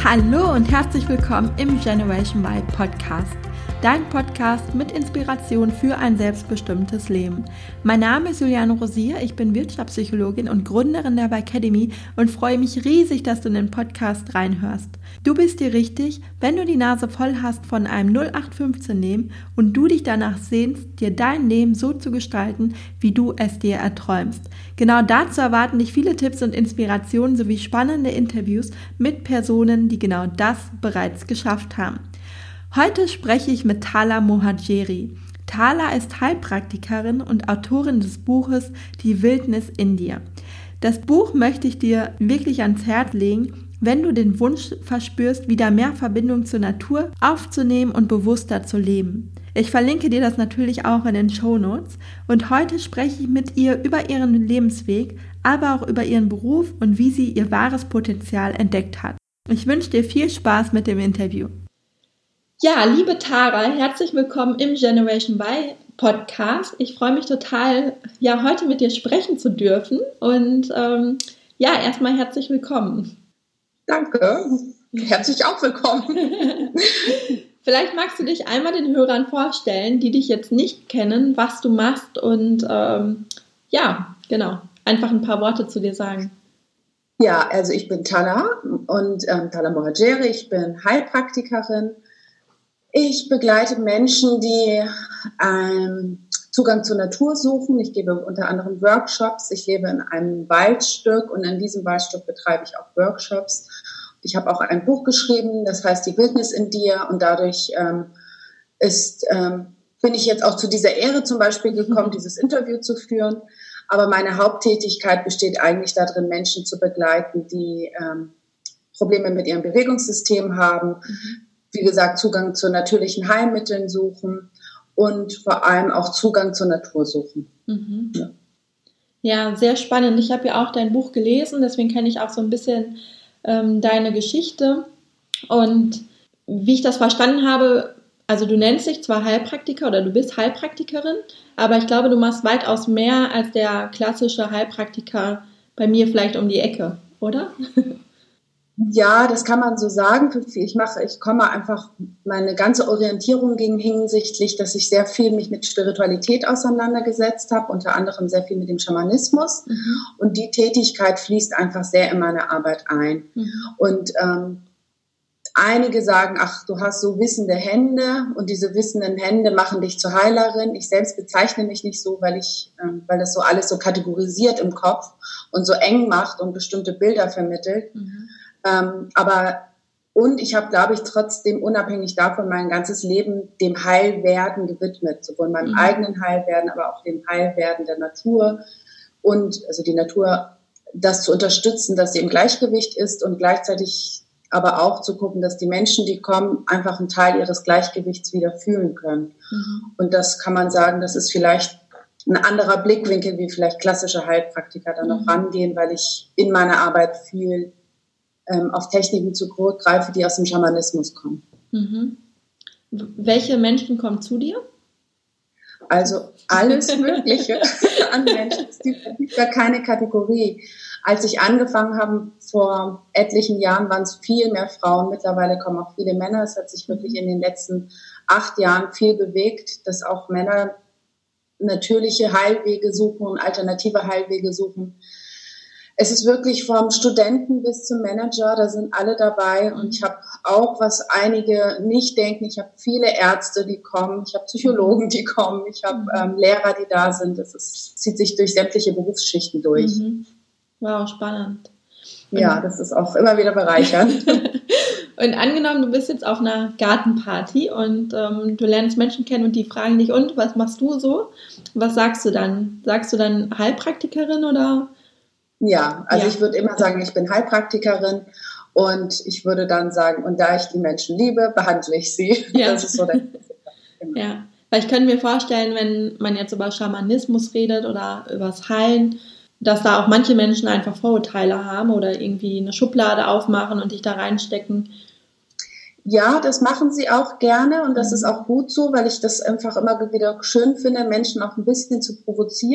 Hallo und herzlich willkommen im Generation Y Podcast. Dein Podcast mit Inspiration für ein selbstbestimmtes Leben. Mein Name ist Juliane Rosier, ich bin Wirtschaftspsychologin und Gründerin der Y Academy und freue mich riesig, dass du in den Podcast reinhörst. Du bist dir richtig, wenn du die Nase voll hast von einem 0815-Leben und du dich danach sehnst, dir dein Leben so zu gestalten, wie du es dir erträumst. Genau dazu erwarten dich viele Tipps und Inspirationen sowie spannende Interviews mit Personen, die genau das bereits geschafft haben. Heute spreche ich mit Tala Mohajeri. Tala ist Heilpraktikerin und Autorin des Buches Die Wildnis in dir. Das Buch möchte ich dir wirklich ans Herz legen, wenn du den Wunsch verspürst, wieder mehr Verbindung zur Natur aufzunehmen und bewusster zu leben. Ich verlinke dir das natürlich auch in den Shownotes und heute spreche ich mit ihr über ihren Lebensweg, aber auch über ihren Beruf und wie sie ihr wahres Potenzial entdeckt hat. Ich wünsche dir viel Spaß mit dem Interview. Ja, liebe Tara, herzlich willkommen im Generation Y Podcast. Ich freue mich total, heute mit dir sprechen zu dürfen und erstmal herzlich willkommen. Danke, herzlich auch willkommen. Vielleicht magst du dich einmal den Hörern vorstellen, die dich jetzt nicht kennen, was du machst und einfach ein paar Worte zu dir sagen. Ja, also ich bin Tala und Tala Mohajeri, ich bin Heilpraktikerin. Ich begleite Menschen, die Zugang zur Natur suchen. Ich gebe unter anderem Workshops. Ich lebe in einem Waldstück und in diesem Waldstück betreibe ich auch Workshops. Ich habe auch ein Buch geschrieben, das heißt Die Wildnis in dir und dadurch bin ich jetzt auch zu dieser Ehre zum Beispiel gekommen, dieses Interview zu führen. Aber meine Haupttätigkeit besteht eigentlich darin, Menschen zu begleiten, die Probleme mit ihrem Bewegungssystem haben, wie gesagt, Zugang zu natürlichen Heilmitteln suchen und vor allem auch Zugang zur Natur suchen. Mhm. Ja, sehr spannend. Ich habe ja auch dein Buch gelesen, deswegen kenne ich auch so ein bisschen deine Geschichte. Und wie ich das verstanden habe, also du nennst dich zwar Heilpraktiker oder du bist Heilpraktikerin, aber ich glaube, du machst weitaus mehr als der klassische Heilpraktiker bei mir vielleicht um die Ecke, oder? Ja, das kann man so sagen. Meine ganze Orientierung ging hinsichtlich, dass ich sehr viel mich mit Spiritualität auseinandergesetzt habe, unter anderem sehr viel mit dem Schamanismus. Und die Tätigkeit fließt einfach sehr in meine Arbeit ein. Und einige sagen, ach, du hast so wissende Hände und diese wissenden Hände machen dich zur Heilerin. Ich selbst bezeichne mich nicht so, weil das so alles so kategorisiert im Kopf und so eng macht und bestimmte Bilder vermittelt. Und ich habe, glaube ich, trotzdem unabhängig davon mein ganzes Leben dem Heilwerden gewidmet, sowohl meinem eigenen Heilwerden, aber auch dem Heilwerden der Natur und also die Natur, das zu unterstützen, dass sie im Gleichgewicht ist und gleichzeitig aber auch zu gucken, dass die Menschen, die kommen, einfach einen Teil ihres Gleichgewichts wieder fühlen können. Und das kann man sagen, das ist vielleicht ein anderer Blickwinkel, wie vielleicht klassische Heilpraktiker da noch rangehen, weil ich in meiner Arbeit viel auf Techniken zurückgreife, die aus dem Schamanismus kommen. Welche Menschen kommen zu dir? Also alles Mögliche an Menschen. Es gibt da keine Kategorie. Als ich angefangen habe, vor etlichen Jahren, waren es viel mehr Frauen. Mittlerweile kommen auch viele Männer. Es hat sich wirklich in den letzten 8 Jahren viel bewegt, dass auch Männer natürliche Heilwege suchen und alternative Heilwege suchen. Es ist wirklich vom Studenten bis zum Manager, da sind alle dabei. Und ich habe auch, was einige nicht denken, ich habe viele Ärzte, die kommen, ich habe Psychologen, die kommen, ich habe Lehrer, die da sind. Zieht sich durch sämtliche Berufsschichten durch. Wow, spannend. Ja, das ist auch immer wieder bereichernd. Und angenommen, du bist jetzt auf einer Gartenparty und du lernst Menschen kennen und die fragen dich, und was machst du so? Was sagst du dann? Sagst du dann Heilpraktikerin oder... Ja, also ich würde immer sagen, ich bin Heilpraktikerin und ich würde dann sagen, und da ich die Menschen liebe, behandle ich sie. Ja. Das ist so der Ja, weil ich könnte mir vorstellen, wenn man jetzt über Schamanismus redet oder übers Heilen, dass da auch manche Menschen einfach Vorurteile haben oder irgendwie eine Schublade aufmachen und dich da reinstecken. Ja, das machen sie auch gerne und das ist auch gut so, weil ich das einfach immer wieder schön finde, Menschen auch ein bisschen zu provozieren.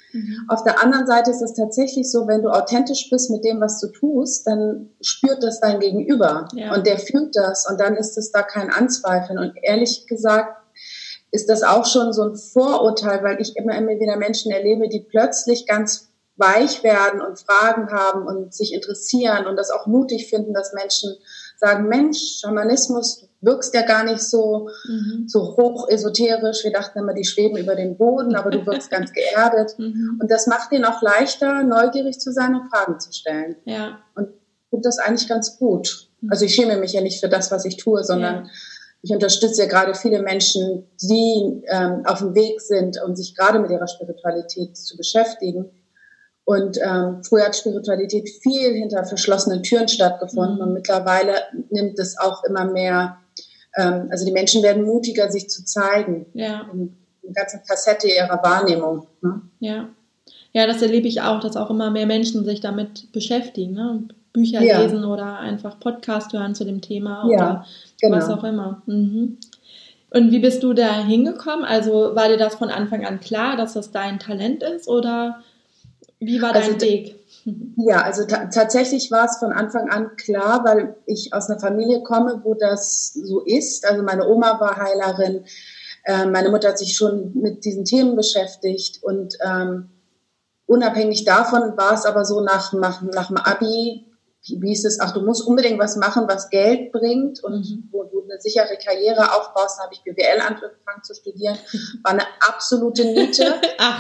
Auf der anderen Seite ist es tatsächlich so, wenn du authentisch bist mit dem, was du tust, dann spürt das dein Gegenüber und der fühlt das und dann ist es da kein Anzweifeln. Und ehrlich gesagt ist das auch schon so ein Vorurteil, weil ich immer wieder Menschen erlebe, die plötzlich ganz weich werden und Fragen haben und sich interessieren und das auch mutig finden, dass Menschen sagen, Mensch, Schamanismus, du wirkst ja gar nicht so hoch esoterisch. Wir dachten immer, die schweben über den Boden, aber du wirkst ganz geerdet. Und das macht denen auch leichter, neugierig zu sein und Fragen zu stellen. Ja. Und ich finde das eigentlich ganz gut. Also ich schäme mich ja nicht für das, was ich tue, sondern ich unterstütze ja gerade viele Menschen, die auf dem Weg sind und sich gerade mit ihrer Spiritualität zu beschäftigen. Und früher hat Spiritualität viel hinter verschlossenen Türen stattgefunden und mittlerweile nimmt es auch immer mehr, also die Menschen werden mutiger, sich zu zeigen in der ganzen Facette ihrer Wahrnehmung. Ne? Ja, das erlebe ich auch, dass auch immer mehr Menschen sich damit beschäftigen, ne? Bücher lesen oder einfach Podcast hören zu dem Thema oder was auch immer. Und wie bist du da hingekommen? Also war dir das von Anfang an klar, dass das dein Talent ist oder wie war dein Weg? Ja, also tatsächlich war es von Anfang an klar, weil ich aus einer Familie komme, wo das so ist. Also meine Oma war Heilerin, meine Mutter hat sich schon mit diesen Themen beschäftigt und unabhängig davon war es aber so nach dem Abi, wie hieß es, ach, du musst unbedingt was machen, was Geld bringt und wo du eine sichere Karriere aufbaust. Da habe ich BWL angefangen zu studieren. War eine absolute Niete.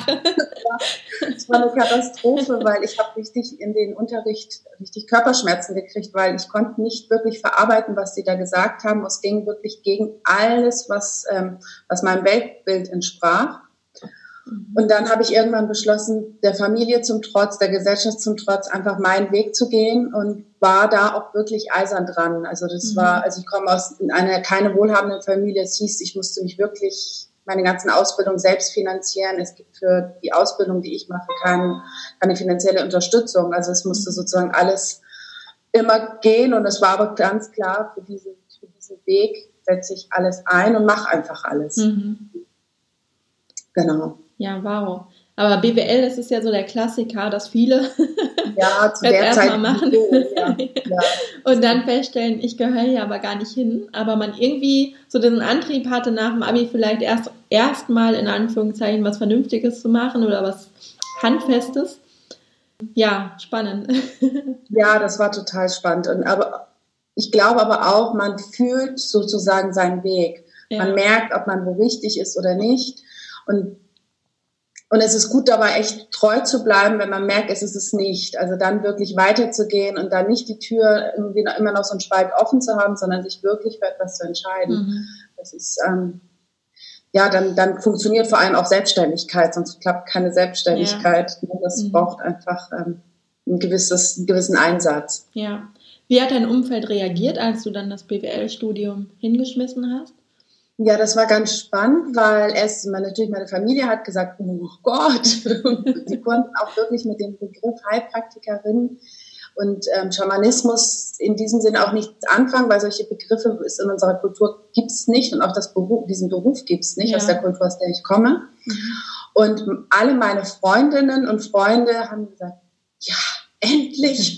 Es war eine Katastrophe, weil ich habe richtig in den Unterricht richtig Körperschmerzen gekriegt, weil ich konnte nicht wirklich verarbeiten, was sie da gesagt haben. Es ging wirklich gegen alles, was meinem Weltbild entsprach. Und dann habe ich irgendwann beschlossen, der Familie zum Trotz, der Gesellschaft zum Trotz, einfach meinen Weg zu gehen und war da auch wirklich eisern dran. Also das war, also ich komme aus einer keine wohlhabenden Familie. Es hieß, ich musste mich wirklich meine ganzen Ausbildung selbst finanzieren. Es gibt für die Ausbildung, die ich mache, keine finanzielle Unterstützung. Also es musste sozusagen alles immer gehen und es war aber ganz klar, für diesen Weg setze ich alles ein und mache einfach alles. Genau. Ja, wow. Aber BWL, das ist ja so der Klassiker, dass viele zu der Zeit machen. Ja. Und dann feststellen, ich gehöre hier aber gar nicht hin. Aber man irgendwie so diesen Antrieb hatte, nach dem Abi vielleicht erstmal in Anführungszeichen was Vernünftiges zu machen oder was Handfestes. Ja, spannend. Ja, das war total spannend. Aber ich glaube aber auch, man fühlt sozusagen seinen Weg. Man merkt, ob man wo richtig ist oder nicht. Und es ist gut dabei, echt treu zu bleiben, wenn man merkt, es ist es nicht. Also dann wirklich weiterzugehen und dann nicht die Tür irgendwie immer noch so einen Spalt offen zu haben, sondern sich wirklich für etwas zu entscheiden. Das ist, dann funktioniert vor allem auch Selbstständigkeit, sonst klappt keine Selbstständigkeit. Das braucht einfach einen gewissen Einsatz. Ja. Wie hat dein Umfeld reagiert, als du dann das BWL-Studium hingeschmissen hast? Ja, das war ganz spannend, weil natürlich meine Familie hat gesagt, oh Gott, sie konnten auch wirklich mit dem Begriff Heilpraktikerin und Schamanismus in diesem Sinne auch nichts anfangen, weil solche Begriffe ist in unserer Kultur gibt's nicht und auch diesen Beruf gibt's nicht aus der Kultur, aus der ich komme. Und alle meine Freundinnen und Freunde haben gesagt, ja, endlich.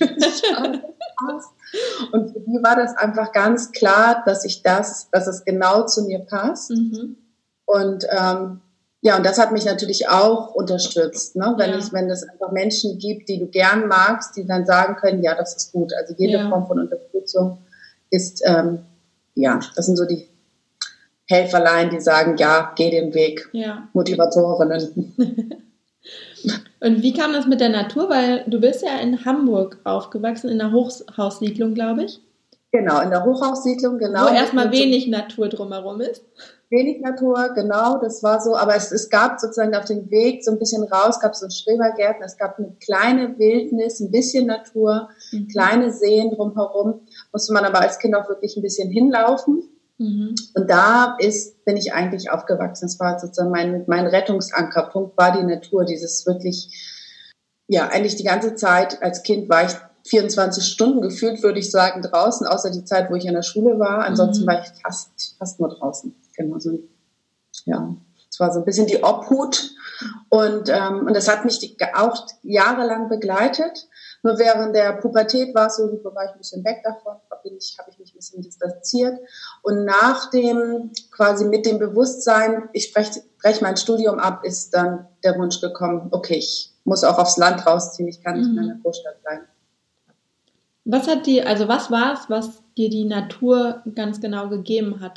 Und für die war das einfach ganz klar, dass es genau zu mir passt. Und und das hat mich natürlich auch unterstütdas, ne? Wenn es einfach Menschen gibt, die du gern magst, die dann sagen können, ja, das ist gut. Also jede Form von Unterstützung ist, das sind so die Helferlein, die sagen, ja, geh den Weg. Motivatorinnen. Und wie kam das mit der Natur? Weil du bist ja in Hamburg aufgewachsen, in der Hochhaussiedlung, glaube ich. Genau, in der Hochhaussiedlung, genau. Wo erstmal wenig Natur drumherum ist. Wenig Natur, genau, das war so. Aber es gab sozusagen auf dem Weg so ein bisschen raus, gab so Schrebergärten, es gab eine kleine Wildnis, ein bisschen Natur, kleine Seen drumherum. Musste man aber als Kind auch wirklich ein bisschen hinlaufen. Und da bin ich eigentlich aufgewachsen. Das war sozusagen mein Rettungsankerpunkt, war die Natur. Dieses wirklich, eigentlich die ganze Zeit als Kind war ich 24 Stunden gefühlt, würde ich sagen, draußen, außer die Zeit, wo ich in der Schule war. Ansonsten war ich fast nur draußen. Genau so, Es war so ein bisschen die Obhut und das hat mich auch jahrelang begleitet. Nur während der Pubertät war ich ein bisschen weg davon, habe ich mich ein bisschen distanziert. Und quasi mit dem Bewusstsein, ich brech mein Studium ab, ist dann der Wunsch gekommen, okay, ich muss auch aufs Land rausziehen, ich kann nicht mehr in der Großstadt bleiben. Was war es, was dir die Natur ganz genau gegeben hat?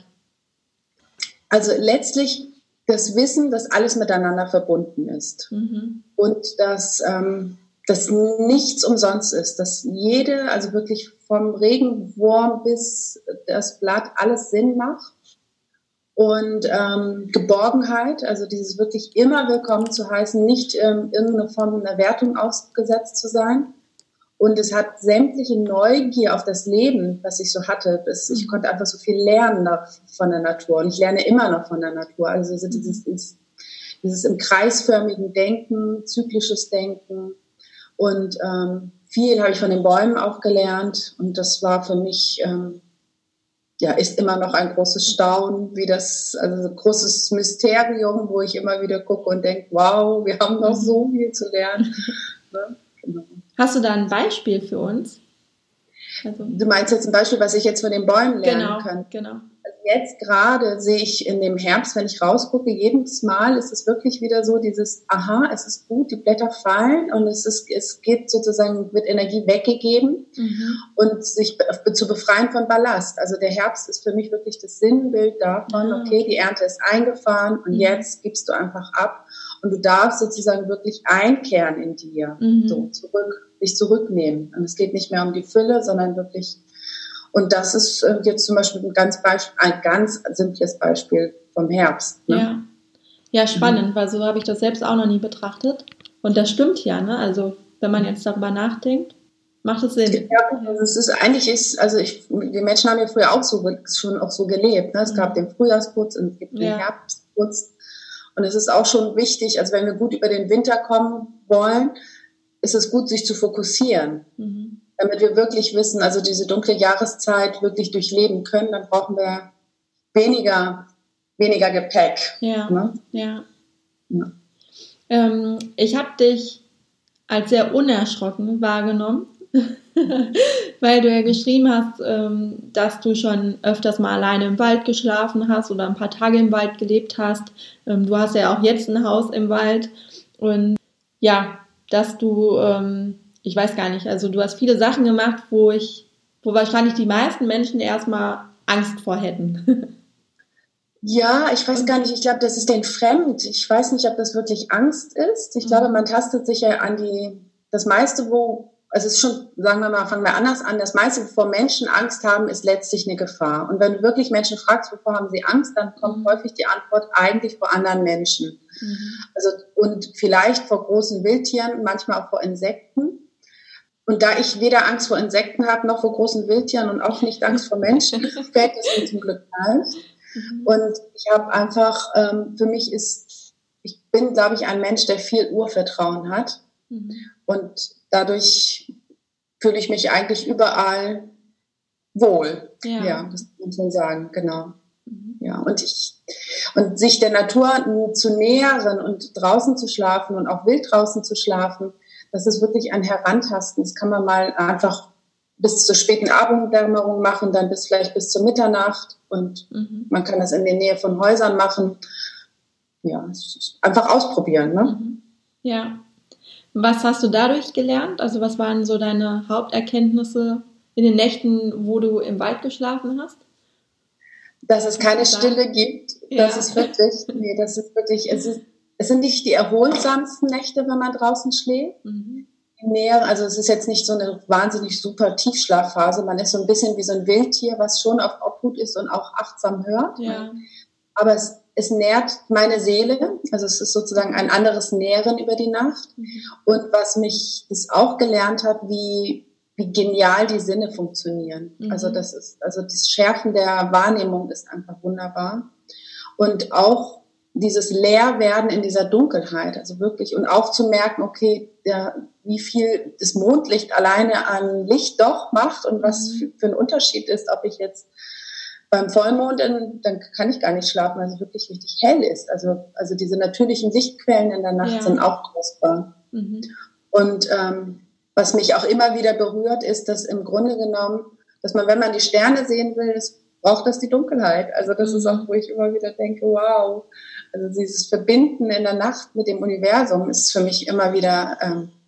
Also letztlich das Wissen, dass alles miteinander verbunden ist und dass nichts umsonst ist, dass also wirklich vom Regenwurm bis das Blatt alles Sinn macht und Geborgenheit, also dieses wirklich immer willkommen zu heißen, nicht irgendeine Form einer Wertung ausgesetzt zu sein. Und es hat sämtliche Neugier auf das Leben, was ich so hatte. Ich konnte einfach so viel lernen von der Natur. Und ich lerne immer noch von der Natur. Also dieses im kreisförmigen Denken, zyklisches Denken. Und viel habe ich von den Bäumen auch gelernt. Und das war für mich, ist immer noch ein großes Staunen, also ein großes Mysterium, wo ich immer wieder gucke und denke, wow, wir haben noch so viel zu lernen. Ne? Genau. Hast du da ein Beispiel für uns? Du meinst jetzt ein Beispiel, was ich jetzt von den Bäumen lernen kann? Genau. Also jetzt gerade sehe ich in dem Herbst, wenn ich rausgucke, jedes Mal ist es wirklich wieder so dieses, aha, es ist gut, die Blätter fallen und es geht sozusagen, wird Energie weggegeben und sich zu befreien von Ballast. Also der Herbst ist für mich wirklich das Sinnbild davon, okay, die Ernte ist eingefahren und jetzt gibst du einfach ab und du darfst sozusagen wirklich einkehren in dir, dich zurücknehmen. Und es geht nicht mehr um die Fülle, sondern wirklich. Und das ist jetzt zum Beispiel ein ganz simples Beispiel vom Herbst. Ne? Ja, spannend, weil so habe ich das selbst auch noch nie betrachtet. Und das stimmt ja, ne? Also wenn man jetzt darüber nachdenkt, macht es Sinn. Ja, die Menschen haben ja früher auch schon so gelebt. Ne? Es gab den Frühjahrsputz und es gibt den Herbstputz. Und es ist auch schon wichtig, also wenn wir gut über den Winter kommen wollen, ist es gut, sich zu fokussieren. Damit wir wirklich wissen, also diese dunkle Jahreszeit wirklich durchleben können, dann brauchen wir weniger Gepäck. Ja, ne? Ja. Ich habe dich als sehr unerschrocken wahrgenommen, weil du ja geschrieben hast, dass du schon öfters mal alleine im Wald geschlafen hast oder ein paar Tage im Wald gelebt hast. Du hast ja auch jetzt ein Haus im Wald und ja, dass du, ich weiß gar nicht, also du hast viele Sachen gemacht, wo wahrscheinlich die meisten Menschen erstmal Angst vor hätten. Ja, ich weiß gar nicht, ich glaube, das ist denen fremd. Ich weiß nicht, ob das wirklich Angst ist. Ich glaube, man tastet sich ja an das meiste, es ist schon, sagen wir mal, fangen wir anders an, das meiste, wovor Menschen Angst haben, ist letztlich eine Gefahr. Und wenn du wirklich Menschen fragst, wovor haben sie Angst, dann kommt häufig die Antwort eigentlich vor anderen Menschen. Also, und vielleicht vor großen Wildtieren, manchmal auch vor Insekten. Und da ich weder Angst vor Insekten habe, noch vor großen Wildtieren und auch nicht Angst vor Menschen, fällt es mir zum Glück leicht. Und ich habe einfach, ich bin, glaube ich, ein Mensch, der viel Urvertrauen hat. Und dadurch fühle ich mich eigentlich überall wohl. Ja, das muss man sagen, genau. Ja, und sich der Natur zu nähern und draußen zu schlafen und auch wild draußen zu schlafen, das ist wirklich ein Herantasten. Das kann man mal einfach bis zur späten Abenddämmerung machen, dann vielleicht bis zur Mitternacht und man kann das in der Nähe von Häusern machen. Ja, einfach ausprobieren, ne? Ja. Was hast du dadurch gelernt? Also was waren so deine Haupterkenntnisse in den Nächten, wo du im Wald geschlafen hast? Dass es keine Stille gibt. Das ist wirklich, es sind nicht die erholsamsten Nächte, wenn man draußen schläft. Also es ist jetzt nicht so eine wahnsinnig super Tiefschlafphase. Man ist so ein bisschen wie so ein Wildtier, was schon auf Obhut ist und auch achtsam hört. Ja. Aber es nährt meine Seele. Also es ist sozusagen ein anderes Nähren über die Nacht. Und was mich das auch gelernt hat, wie genial die Sinne funktionieren. Also das Schärfen der Wahrnehmung ist einfach wunderbar. Und auch dieses Leerwerden in dieser Dunkelheit, also wirklich, und auch zu merken, okay, wie viel das Mondlicht alleine an Licht doch macht und was für ein Unterschied ist, ob ich jetzt Beim Vollmond, dann kann ich gar nicht schlafen, weil es wirklich richtig hell ist. Also diese natürlichen Lichtquellen in der Nacht sind auch kostbar. Mhm. Und was mich auch immer wieder berührt, ist, dass im Grunde genommen, dass man, wenn man die Sterne sehen will, braucht das die Dunkelheit. Also das ist auch, wo ich immer wieder denke, wow. Also dieses Verbinden in der Nacht mit dem Universum ist für mich immer wieder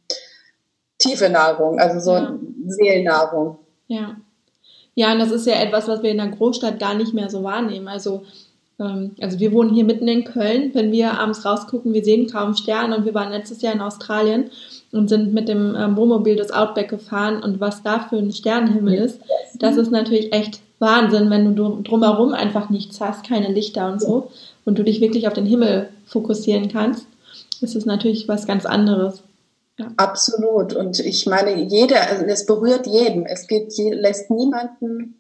tiefe Nahrung, also so Seelennahrung. Ja. Ja, und das ist ja etwas, was wir in der Großstadt gar nicht mehr so wahrnehmen. Also wir wohnen hier mitten in Köln. Wenn wir abends rausgucken, wir sehen kaum Sterne. Und wir waren letztes Jahr in Australien und sind mit dem Wohnmobil das Outback gefahren. Und was da für ein Sternenhimmel ist, das ist natürlich echt Wahnsinn, wenn du drumherum einfach nichts hast, keine Lichter und so. Und du dich wirklich auf den Himmel fokussieren kannst, ist es natürlich was ganz anderes. Ja. Absolut. Und ich meine, es berührt jeden. Lässt niemanden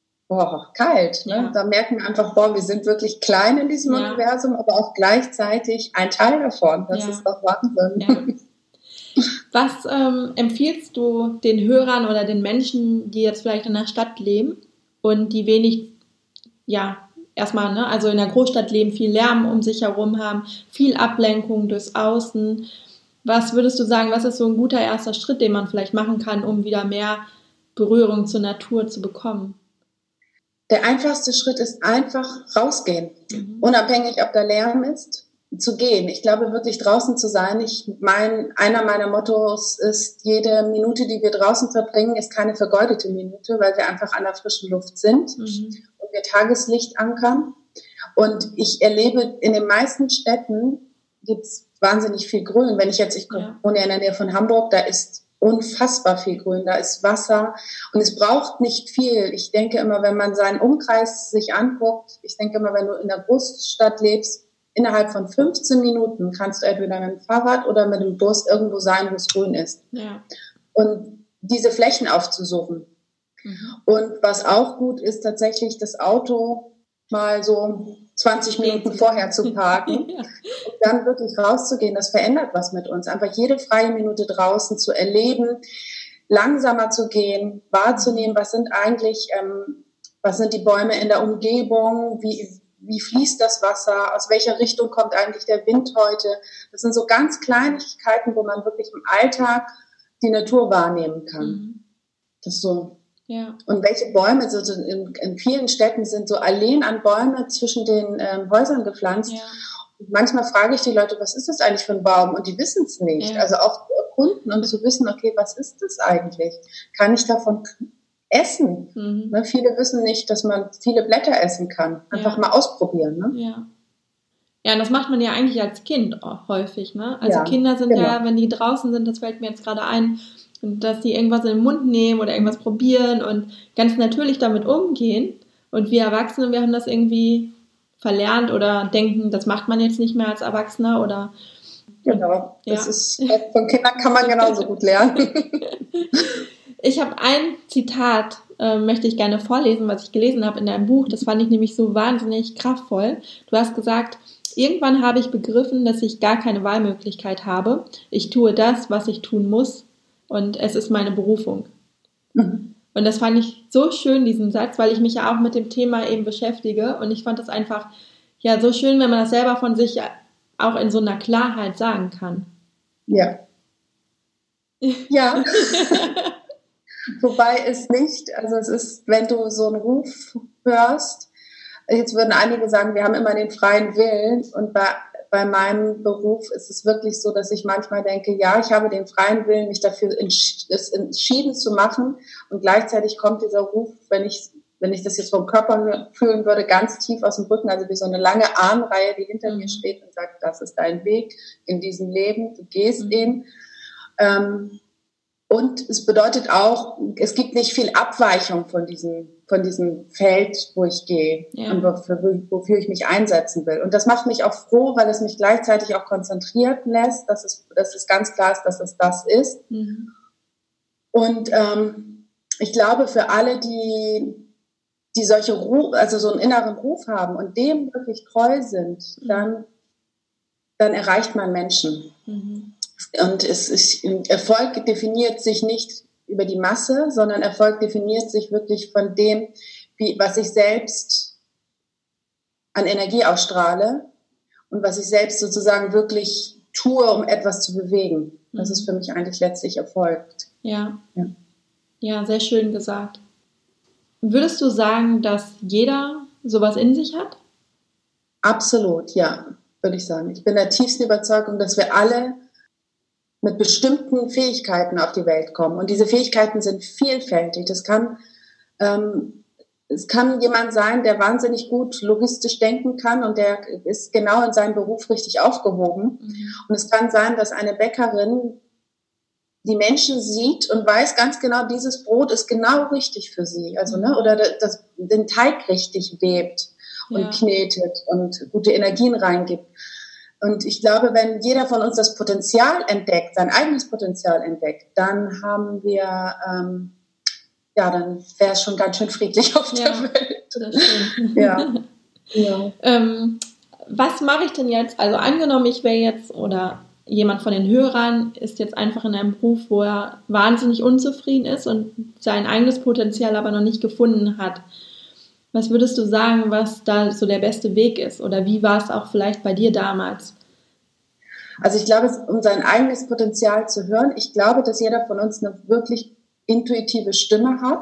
kalt. Ne? Ja. Da merken wir einfach, wir sind wirklich klein in diesem Universum, aber auch gleichzeitig ein Teil davon. Das ist doch Wahnsinn. Ja. Was empfiehlst du den Hörern oder den Menschen, die jetzt vielleicht in der Stadt leben und die wenig, erstmal, ne, also in der Großstadt leben, viel Lärm um sich herum haben, viel Ablenkung durchs Außen. Was würdest du sagen, was ist so ein guter erster Schritt, den man vielleicht machen kann, um wieder mehr Berührung zur Natur zu bekommen? Der einfachste Schritt ist einfach rausgehen. Unabhängig, ob da Lärm ist, zu gehen. Ich glaube, wirklich draußen zu sein. Einer meiner Mottos ist, jede Minute, die wir draußen verbringen, ist keine vergeudete Minute, weil wir einfach an der frischen Luft sind und wir Tageslicht ankern. Und ich erlebe, in den meisten Städten gibt's wahnsinnig viel Grün. Ich wohne ja in der Nähe von Hamburg, da ist unfassbar viel Grün, da ist Wasser und es braucht nicht viel. Ich denke immer, wenn man seinen Umkreis sich anguckt, wenn du in der Großstadt lebst, innerhalb von 15 Minuten kannst du entweder mit dem Fahrrad oder mit dem Bus irgendwo sein, wo es grün ist. Ja. Und diese Flächen aufzusuchen. Und was auch gut ist, tatsächlich das Auto mal so 20 Minuten vorher zu parken und dann wirklich rauszugehen, das verändert was mit uns. Einfach jede freie Minute draußen zu erleben, langsamer zu gehen, wahrzunehmen, was sind die Bäume in der Umgebung, wie fließt das Wasser, aus welcher Richtung kommt eigentlich der Wind heute. Das sind so ganz Kleinigkeiten, wo man wirklich im Alltag die Natur wahrnehmen kann. Das ist so. Ja. Und welche Bäume, in vielen Städten sind so Alleen an Bäume zwischen den Häusern gepflanzt. Ja. Und manchmal frage ich die Leute, was ist das eigentlich für ein Baum? Und die wissen es nicht. Ja. Also auch zu erkunden und zu wissen, okay, was ist das eigentlich? Kann ich davon essen? Ne, viele wissen nicht, dass man viele Blätter essen kann. Einfach mal ausprobieren. Ne? Ja. Ja, und das macht man ja eigentlich als Kind auch häufig. Ne? Also Kinder sind wenn die draußen sind, das fällt mir jetzt gerade ein, und dass die irgendwas in den Mund nehmen oder irgendwas probieren und ganz natürlich damit umgehen. Und wir Erwachsene, wir haben das irgendwie verlernt oder denken, das macht man jetzt nicht mehr als Erwachsener oder. Genau, das ist, von Kindern kann man genauso gut lernen. Ich habe ein Zitat, möchte ich gerne vorlesen, was ich gelesen habe in deinem Buch. Das fand ich nämlich so wahnsinnig kraftvoll. Du hast gesagt, irgendwann habe ich begriffen, dass ich gar keine Wahlmöglichkeit habe. Ich tue das, was ich tun muss. Und es ist meine Berufung. Und das fand ich so schön, diesen Satz, weil ich mich ja auch mit dem Thema eben beschäftige. Und ich fand das einfach so schön, wenn man das selber von sich auch in so einer Klarheit sagen kann. Ja. Ja. Wobei es nicht, also es ist, wenn du so einen Ruf hörst, jetzt würden einige sagen, wir haben immer den freien Willen und bei meinem Beruf ist es wirklich so, dass ich manchmal denke, ja, ich habe den freien Willen, mich dafür entschieden zu machen und gleichzeitig kommt dieser Ruf, wenn ich das jetzt vom Körper fühlen würde, ganz tief aus dem Rücken, also wie so eine lange Ahnenreihe, die hinter mir steht und sagt, das ist dein Weg in diesem Leben, du gehst ihn. Und es bedeutet auch, es gibt nicht viel Abweichung von diesem Feld, wo ich gehe und wofür ich mich einsetzen will. Und das macht mich auch froh, weil es mich gleichzeitig auch konzentriert lässt, dass es ganz klar ist, dass es das ist. Und ich glaube, für alle, die solche also so einen inneren Ruf haben und dem wirklich treu sind, dann erreicht man Menschen. Und Erfolg definiert sich nicht über die Masse, sondern Erfolg definiert sich wirklich von dem, was ich selbst an Energie ausstrahle und was ich selbst sozusagen wirklich tue, um etwas zu bewegen. Das ist für mich eigentlich letztlich erfolgt. Ja. Ja, sehr schön gesagt. Würdest du sagen, dass jeder sowas in sich hat? Absolut, ja, würde ich sagen. Ich bin der tiefsten Überzeugung, dass wir alle mit bestimmten Fähigkeiten auf die Welt kommen. Und diese Fähigkeiten sind vielfältig. Es kann jemand sein, der wahnsinnig gut logistisch denken kann und der ist genau in seinem Beruf richtig aufgehoben. Und es kann sein, dass eine Bäckerin die Menschen sieht und weiß ganz genau, dieses Brot ist genau richtig für sie. Also, oder den Teig richtig webt und knetet und gute Energien reingibt. Und ich glaube, wenn jeder von uns das Potenzial entdeckt, sein eigenes Potenzial entdeckt, dann haben wir, dann wäre es schon ganz schön friedlich auf der Welt. Das stimmt. Ja. Was mache ich denn jetzt? Also angenommen, ich wäre jetzt oder jemand von den Hörern ist jetzt einfach in einem Beruf, wo er wahnsinnig unzufrieden ist und sein eigenes Potenzial aber noch nicht gefunden hat. Was würdest du sagen, was da so der beste Weg ist? Oder wie war es auch vielleicht bei dir damals? Also ich glaube, um sein eigenes Potenzial zu hören, ich glaube, dass jeder von uns eine wirklich intuitive Stimme hat.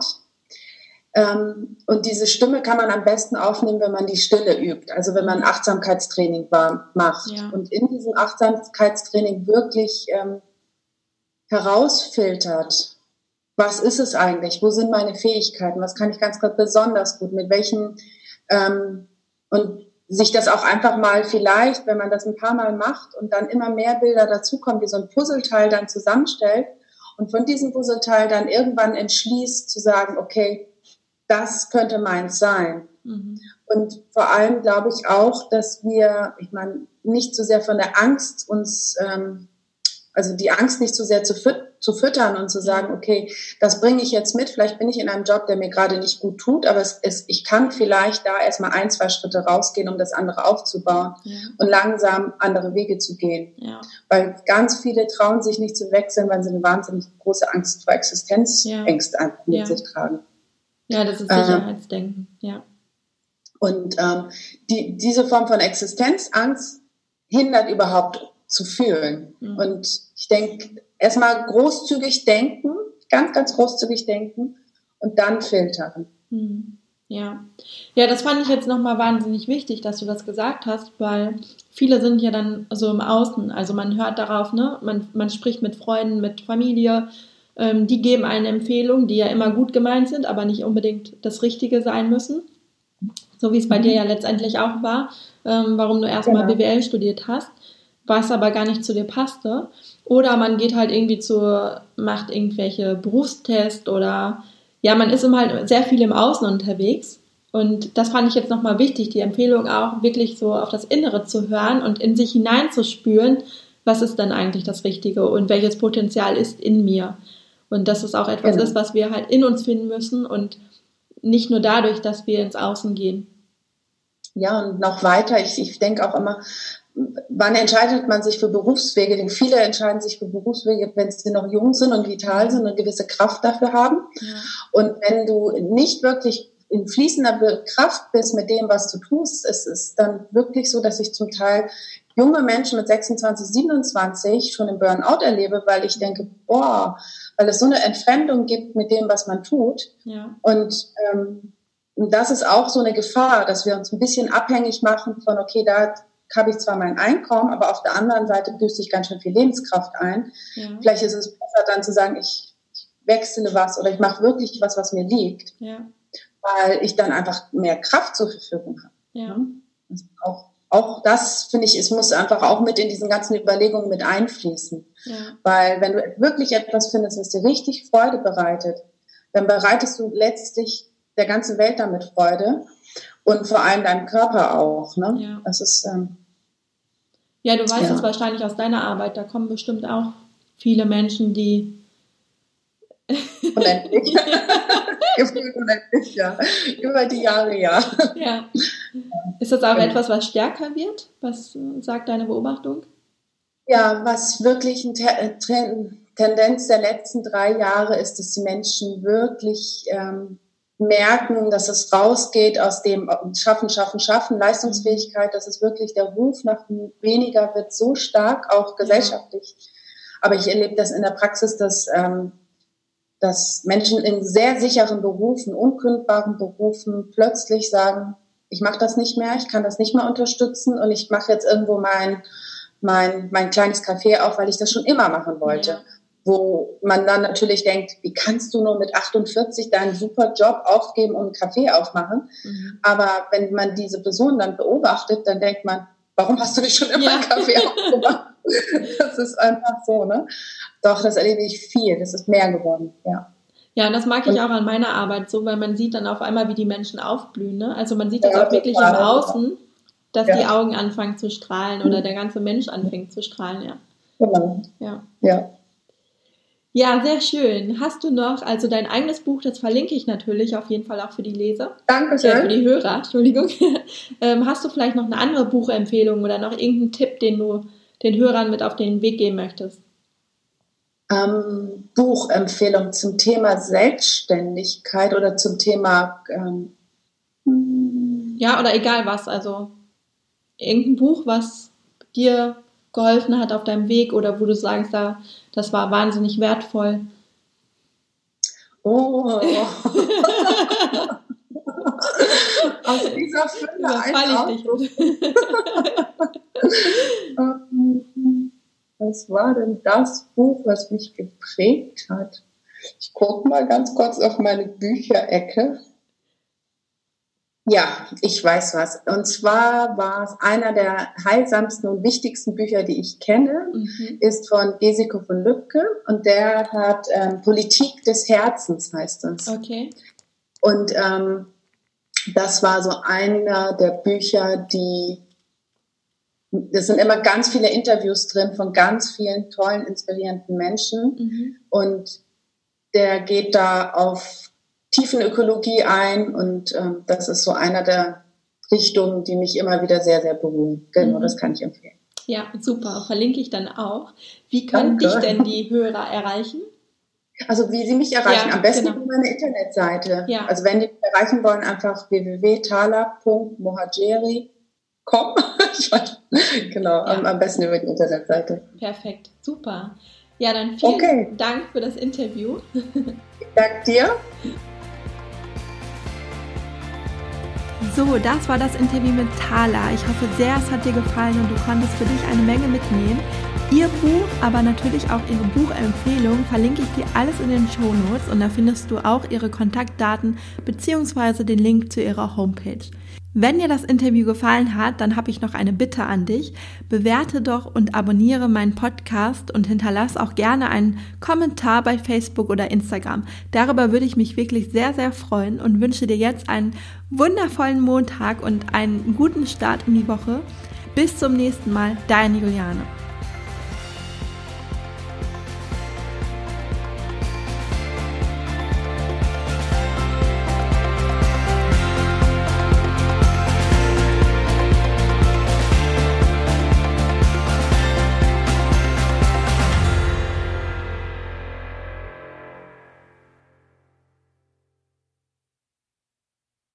Und diese Stimme kann man am besten aufnehmen, wenn man die Stille übt. Also wenn man Achtsamkeitstraining macht. Ja. Und in diesem Achtsamkeitstraining wirklich herausfiltert, was ist es eigentlich? Wo sind meine Fähigkeiten? Was kann ich ganz besonders gut? Mit welchen und sich das auch einfach mal vielleicht, wenn man das ein paar Mal macht und dann immer mehr Bilder dazukommen, wie so ein Puzzleteil dann zusammenstellt und von diesem Puzzleteil dann irgendwann entschließt zu sagen, okay, das könnte meins sein. Und vor allem glaube ich auch, dass wir, nicht so sehr von der Angst uns, also die Angst nicht so sehr zu füttern und zu sagen, okay, das bringe ich jetzt mit, vielleicht bin ich in einem Job, der mir gerade nicht gut tut, aber ich kann vielleicht da erstmal 1-2 Schritte rausgehen, um das andere aufzubauen und langsam andere Wege zu gehen. Ja. Weil ganz viele trauen sich nicht zu wechseln, weil sie eine wahnsinnig große Angst vor Existenzängste mit sich tragen. Ja, das ist Sicherheitsdenken, ja. Und diese Form von Existenzangst hindert überhaupt zu fühlen. Und ich denke, erstmal großzügig denken, ganz, ganz großzügig denken und dann filtern. Ja, das fand ich jetzt nochmal wahnsinnig wichtig, dass du das gesagt hast, weil viele sind ja dann so im Außen, also man hört darauf, ne, man spricht mit Freunden, mit Familie, die geben eine Empfehlung, die ja immer gut gemeint sind, aber nicht unbedingt das Richtige sein müssen. So wie es bei dir ja letztendlich auch war, warum du erstmal BWL studiert hast, was aber gar nicht zu dir passte. Oder man geht halt irgendwie macht irgendwelche Berufstests oder man ist immer halt sehr viel im Außen unterwegs. Und das fand ich jetzt nochmal wichtig, die Empfehlung auch wirklich so auf das Innere zu hören und in sich hineinzuspüren, was ist denn eigentlich das Richtige und welches Potenzial ist in mir. Und dass es auch etwas ist, was wir halt in uns finden müssen und nicht nur dadurch, dass wir ins Außen gehen. Ja, und noch weiter, ich denke auch immer, wann entscheidet man sich für Berufswege? Denn viele entscheiden sich für Berufswege, wenn sie noch jung sind und vital sind und eine gewisse Kraft dafür haben. Ja. Und wenn du nicht wirklich in fließender Kraft bist mit dem, was du tust, es ist dann wirklich so, dass ich zum Teil junge Menschen mit 26, 27 schon im Burnout erlebe, weil ich denke, weil es so eine Entfremdung gibt mit dem, was man tut. Ja. Und das ist auch so eine Gefahr, dass wir uns ein bisschen abhängig machen von, okay, da habe ich zwar mein Einkommen, aber auf der anderen Seite büße ich ganz schön viel Lebenskraft ein. Ja. Vielleicht ist es besser dann zu sagen, ich wechsle was oder ich mache wirklich was mir liegt, weil ich dann einfach mehr Kraft zur Verfügung habe. Ja. Auch das, finde ich, es muss einfach auch mit in diesen ganzen Überlegungen mit einfließen. Ja. Weil wenn du wirklich etwas findest, was dir richtig Freude bereitet, dann bereitest du letztlich der ganzen Welt damit Freude und vor allem deinem Körper auch. Ne? Ja. Das ist, du weißt es wahrscheinlich aus deiner Arbeit, da kommen bestimmt auch viele Menschen, die unendlich. Gefühlt unendlich, ja. Über die Jahre, ja. Ist das auch etwas, was stärker wird? Was sagt deine Beobachtung? Ja, was wirklich eine Tendenz der letzten 3 Jahre ist, dass die Menschen wirklich merken, dass es rausgeht aus dem Schaffen, Leistungsfähigkeit, dass es wirklich der Ruf nach weniger wird so stark, auch gesellschaftlich. Aber ich erlebe das in der Praxis, dass Menschen in sehr sicheren Berufen, unkündbaren Berufen plötzlich sagen, ich mache das nicht mehr, ich kann das nicht mehr unterstützen und ich mache jetzt irgendwo mein kleines Café auf, weil ich das schon immer machen wollte. Ja. Wo man dann natürlich denkt, wie kannst du nur mit 48 deinen super Job aufgeben und einen Café aufmachen? Mhm. Aber wenn man diese Person dann beobachtet, dann denkt man, warum hast du nicht schon immer einen Café aufgemacht? Das ist einfach so, ne? Doch, das erlebe ich viel. Das ist mehr geworden, ja. Ja, und das mag ich auch an meiner Arbeit so, weil man sieht dann auf einmal, wie die Menschen aufblühen, ne? Also man sieht das auch wirklich im Außen, dass die Augen anfangen zu strahlen oder der ganze Mensch anfängt zu strahlen, ja. Genau. Ja. Ja, sehr schön. Hast du noch, also dein eigenes Buch, das verlinke ich natürlich auf jeden Fall auch für die Leser. Dankeschön. Für die Hörer, Entschuldigung. Hast du vielleicht noch eine andere Buchempfehlung oder noch irgendeinen Tipp, den du den Hörern mit auf den Weg geben möchtest? Buchempfehlung zum Thema Selbstständigkeit oder zum Thema... Ja, oder egal was, also irgendein Buch, was dir geholfen hat auf deinem Weg oder wo du sagst, das war wahnsinnig wertvoll. Oh. Aus dieser Fülle Was war denn das Buch, was mich geprägt hat? Ich gucke mal ganz kurz auf meine Bücherecke. Ja, ich weiß was. Und zwar war es einer der heilsamsten und wichtigsten Bücher, die ich kenne, ist von Gesiko von Lübcke und der hat Politik des Herzens, heißt das. Okay. Und das war so einer der Bücher, das sind immer ganz viele Interviews drin von ganz vielen tollen, inspirierenden Menschen und der geht da auf Tiefenökologie ein und das ist so einer der Richtungen, die mich immer wieder sehr, sehr berühren. Genau, das kann ich empfehlen. Ja, super. Verlinke ich dann auch. Wie können dich denn die Hörer erreichen? Also wie sie mich erreichen, am besten über meine Internetseite. Ja. Also wenn die mich erreichen wollen, einfach www.thala.mohajeri.com. Am besten über die Internetseite. Perfekt, super. Ja, dann vielen Dank für das Interview. Ich danke dir. So, das war das Interview mit Thala. Ich hoffe sehr, es hat dir gefallen und du konntest für dich eine Menge mitnehmen. Ihr Buch, aber natürlich auch ihre Buchempfehlung verlinke ich dir alles in den Shownotes und da findest du auch ihre Kontaktdaten bzw. den Link zu ihrer Homepage. Wenn dir das Interview gefallen hat, dann habe ich noch eine Bitte an dich. Bewerte doch und abonniere meinen Podcast und hinterlass auch gerne einen Kommentar bei Facebook oder Instagram. Darüber würde ich mich wirklich sehr, sehr freuen und wünsche dir jetzt einen wundervollen Montag und einen guten Start in die Woche. Bis zum nächsten Mal, deine Juliane.